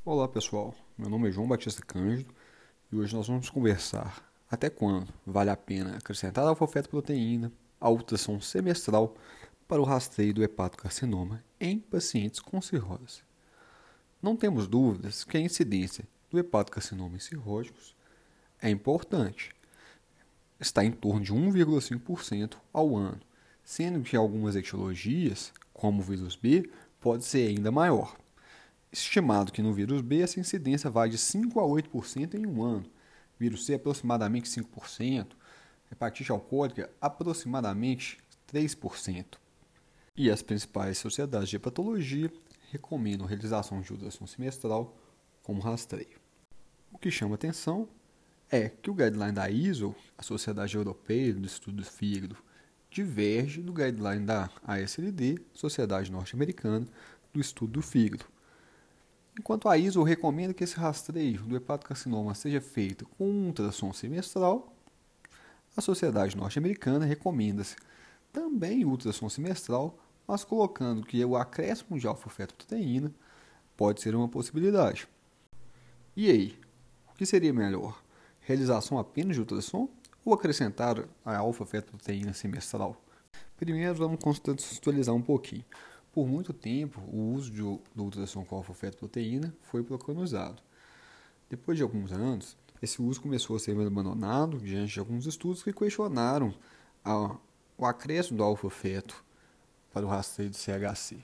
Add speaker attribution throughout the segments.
Speaker 1: Olá pessoal, meu nome é João Batista Cândido e hoje nós vamos conversar até quando vale a pena acrescentar alfa-fetoproteína à ultrassom semestral para o rastreio do hepatocarcinoma em pacientes com cirrose. Não temos dúvidas que a incidência do hepatocarcinoma em cirróticos é importante, está em torno de 1,5% ao ano, sendo que algumas etiologias, como o vírus B, pode ser ainda maior. Estimado que no vírus B essa incidência vai de 5 a 8% em um ano, vírus C aproximadamente 5%, hepatite alcoólica aproximadamente 3%. E as principais sociedades de hepatologia recomendam a realização de ultrassom semestral como rastreio. O que chama atenção é que o guideline da ISO, a Sociedade Europeia do Estudo do Fígado, diverge do guideline da ASLD, Sociedade Norte-Americana do Estudo do Fígado. Enquanto a ISO recomenda que esse rastreio do hepatocarcinoma seja feito com um ultrassom semestral, a Sociedade Norte-Americana recomenda-se também o ultrassom semestral, mas colocando que o acréscimo de alfa-fetoproteína pode ser uma possibilidade. E aí, o que seria melhor? Realização apenas de ultrassom ou acrescentar a alfa-fetoproteína semestral? Primeiro vamos contextualizar um pouquinho. Por muito tempo, o uso do ultrassom com alfa-fetoproteína foi preconizado. Depois de alguns anos, esse uso começou a ser abandonado diante de alguns estudos que questionaram o acréscimo do alfa-feto para o rastreio do CHC.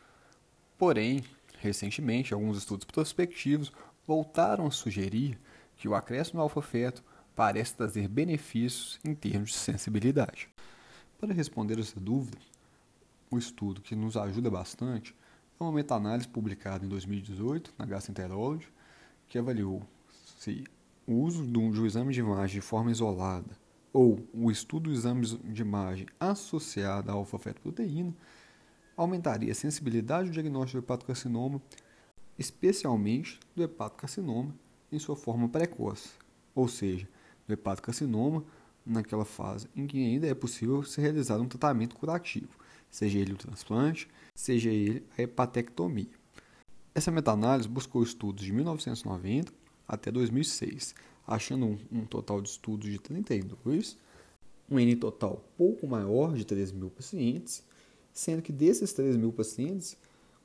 Speaker 1: Porém, recentemente, alguns estudos prospectivos voltaram a sugerir que o acréscimo do alfa-feto parece trazer benefícios em termos de sensibilidade. Para responder essa dúvida, o estudo que nos ajuda bastante é uma meta-análise publicada em 2018 na Gastroenterology, que avaliou se o uso do exame de imagem de forma isolada ou o estudo do exame de imagem associado à alfa-fetoproteína aumentaria a sensibilidade do diagnóstico do hepatocarcinoma, especialmente do hepatocarcinoma em sua forma precoce, ou seja, do hepatocarcinoma naquela fase em que ainda é possível ser realizado um tratamento curativo, seja ele o transplante, seja ele a hepatectomia. Essa meta-análise buscou estudos de 1990 até 2006, achando um total de estudos de 32, um N total pouco maior de 3.000 pacientes, sendo que desses 3.000 pacientes,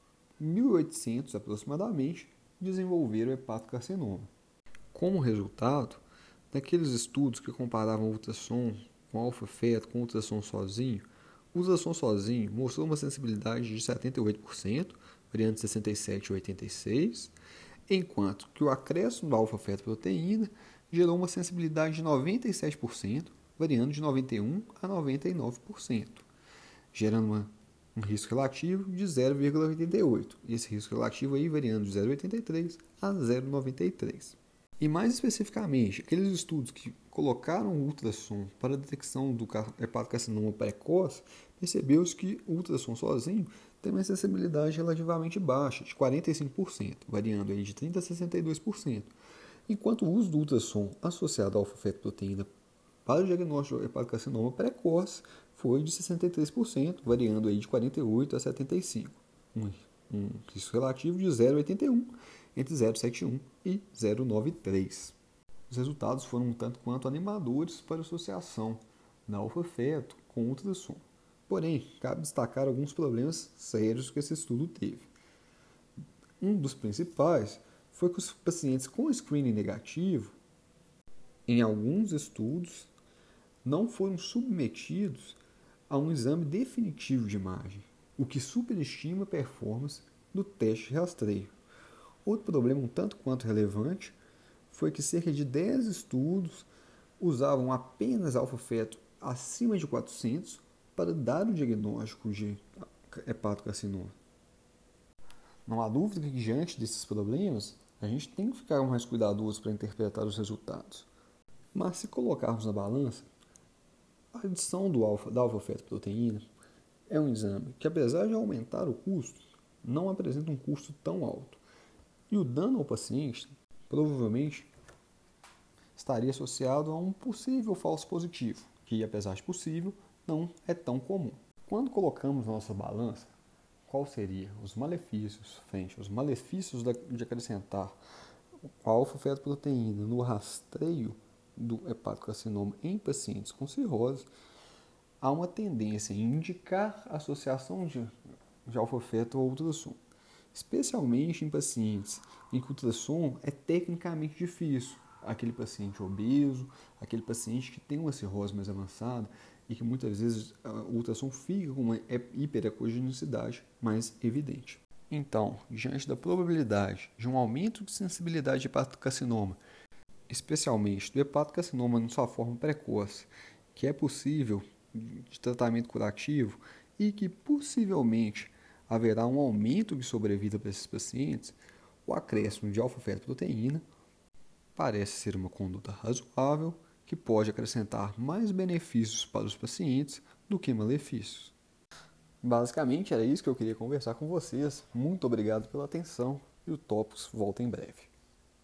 Speaker 1: 1.800 aproximadamente desenvolveram hepatocarcinoma. Como resultado, naqueles estudos que comparavam ultrassom com alfa-feto com ultrassom sozinho, o ultrassom sozinho mostrou uma sensibilidade de 78%, variando de 67% a 86%, enquanto que o acréscimo da alfa-fetoproteína gerou uma sensibilidade de 97%, variando de 91% a 99%, gerando um risco relativo de 0,88%, e esse risco relativo aí variando de 0,83% a 0,93%. E mais especificamente, aqueles estudos que colocaram o ultrassom para a detecção do hepatocarcinoma precoce, percebeu-se que o ultrassom sozinho tem uma sensibilidade relativamente baixa, de 45%, variando aí de 30% a 62%, enquanto o uso do ultrassom associado à alfa-fetoproteína para o diagnóstico do hepatocarcinoma precoce foi de 63%, variando aí de 48% a 75%, um risco relativo de 0,81%, entre 0,71 e 0,93. Os resultados foram um tanto quanto animadores para a associação da alfa-feto com ultrassom. Porém, cabe destacar alguns problemas sérios que esse estudo teve. Um dos principais foi que os pacientes com screening negativo, em alguns estudos, não foram submetidos a um exame definitivo de imagem, o que superestima a performance do teste de rastreio. Outro problema um tanto quanto relevante foi que cerca de 10 estudos usavam apenas alfa-feto acima de 400 para dar o diagnóstico de hepatocarcinoma. Não há dúvida que, diante desses problemas, a gente tem que ficar mais cuidadoso para interpretar os resultados. Mas se colocarmos na balança, a adição da alfa-fetoproteína é um exame que, apesar de aumentar o custo, não apresenta um custo tão alto. E o dano ao paciente provavelmente estaria associado a um possível falso positivo, que, apesar de possível, não é tão comum. Quando colocamos na nossa balança qual seria os malefícios frente aos malefícios de acrescentar a alfa-fetoproteína no rastreio do hepatocarcinoma em pacientes com cirrose, há uma tendência em indicar a associação de alfa-feto ao ultrassom, especialmente em pacientes em que o ultrassom é tecnicamente difícil, aquele paciente obeso, aquele paciente que tem uma cirrose mais avançada e que muitas vezes o ultrassom fica com uma hiperacogenicidade mais evidente. Então, diante da probabilidade de um aumento de sensibilidade de hepatocarcinoma, especialmente do hepatocarcinoma em sua forma precoce, que é possível de tratamento curativo e que possivelmente haverá um aumento de sobrevida para esses pacientes, o acréscimo de alfa-fetoproteína parece ser uma conduta razoável que pode acrescentar mais benefícios para os pacientes do que malefícios. Basicamente era isso que eu queria conversar com vocês. Muito obrigado pela atenção e o Topos volta em breve.